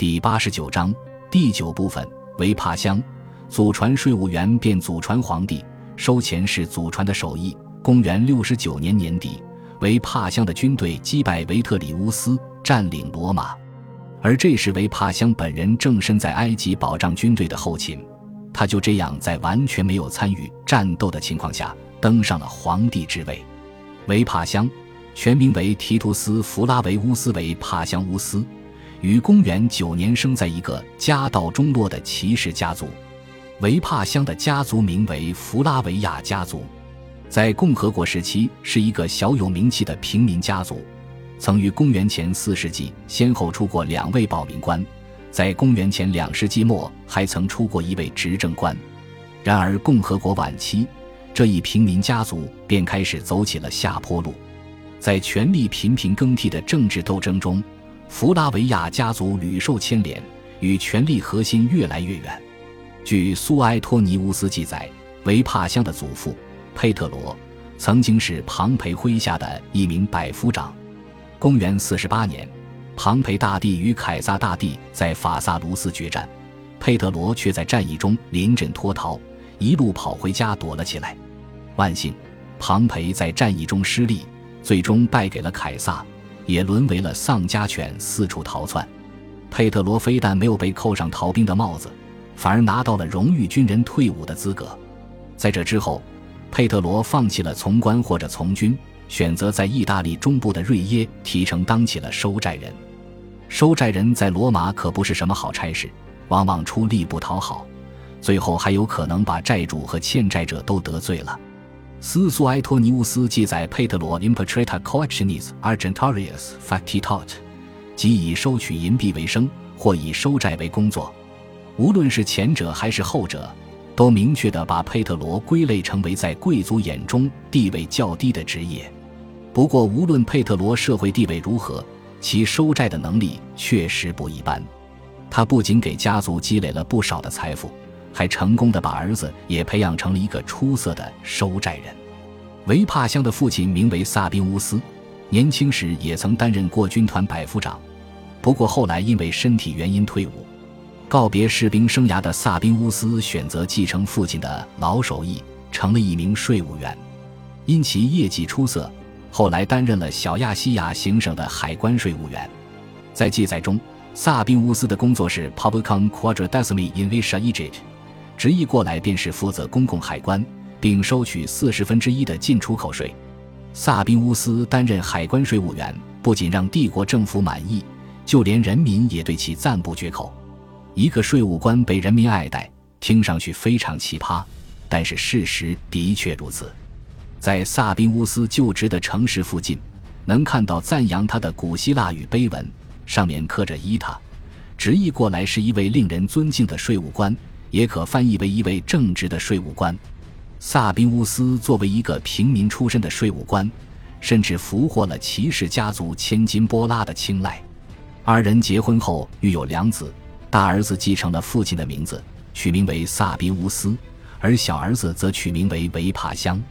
第89章第9部分，维帕乡。祖传税务员变祖传皇帝，收钱是祖传的手艺。公元69年年底，维帕乡的军队击败维特里乌斯，占领罗马。而这时维帕乡本人正身在埃及保障军队的后勤，他就这样在完全没有参与战斗的情况下登上了皇帝之位。维帕乡全名为提图斯·弗拉维乌斯·维帕乡乌斯，于公元9年生在一个家道中落的骑士家族。维帕乡的家族名为弗拉维亚家族，在共和国时期是一个小有名气的平民家族，曾于公元前4世纪先后出过2位保民官，在公元前2世纪末还曾出过1位执政官。然而共和国晚期，这一平民家族便开始走起了下坡路。在权力频频更替的政治斗争中，弗拉维亚家族屡受牵连，与权力核心越来越远。据苏埃托尼乌斯记载，维帕乡的祖父佩特罗曾经是庞培麾下的一名百夫长。公元48年，庞培大帝与凯撒大帝在法萨卢斯决战，佩特罗却在战役中临阵脱逃，一路跑回家躲了起来。万幸，庞培在战役中失利，最终败给了凯撒，也沦为了丧家犬，四处逃窜。佩特罗非但没有被扣上逃兵的帽子，反而拿到了荣誉军人退伍的资格。在这之后，佩特罗放弃了从官或者从军，选择在意大利中部的瑞耶提城当起了收债人。收债人在罗马可不是什么好差事，往往出力不讨好，最后还有可能把债主和欠债者都得罪了。斯苏埃托尼乌斯记载佩特罗 impetrata coactionis argentarius factitat， 即以收取银币为生，或以收债为工作。无论是前者还是后者，都明确地把佩特罗归类成为在贵族眼中地位较低的职业。不过无论佩特罗社会地位如何，其收债的能力确实不一般。他不仅给家族积累了不少的财富，还成功地把儿子也培养成了一个出色的收债人。维帕乡的父亲名为萨宾乌斯，年轻时也曾担任过军团百夫长，不过后来因为身体原因退伍。告别士兵生涯的萨宾乌斯选择继承父亲的老手艺，成了一名税务员。因其业绩出色，后来担任了小亚细亚行省的海关税务员。在记载中，萨宾乌斯的工作是 Publicum Quadridecimi in Visha Egypt， 直译过来便是负责公共海关，并收取1/40的进出口税。萨宾乌斯担任海关税务员，不仅让帝国政府满意，就连人民也对其赞不绝口。一个税务官被人民爱戴，听上去非常奇葩，但是事实的确如此。在萨宾乌斯就职的城市附近，能看到赞扬他的古希腊语碑文，上面刻着伊塔，直译过来是一位令人尊敬的税务官，也可翻译为一位正直的税务官。萨宾乌斯作为一个平民出身的税务官，甚至俘获了骑士家族千金波拉的青睐。二人结婚后育有2子，大儿子继承了父亲的名字，取名为萨宾乌斯，而小儿子则取名为维帕乡。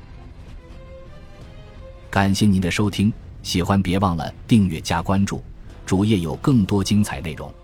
感谢您的收听，喜欢别忘了订阅加关注，主页有更多精彩内容。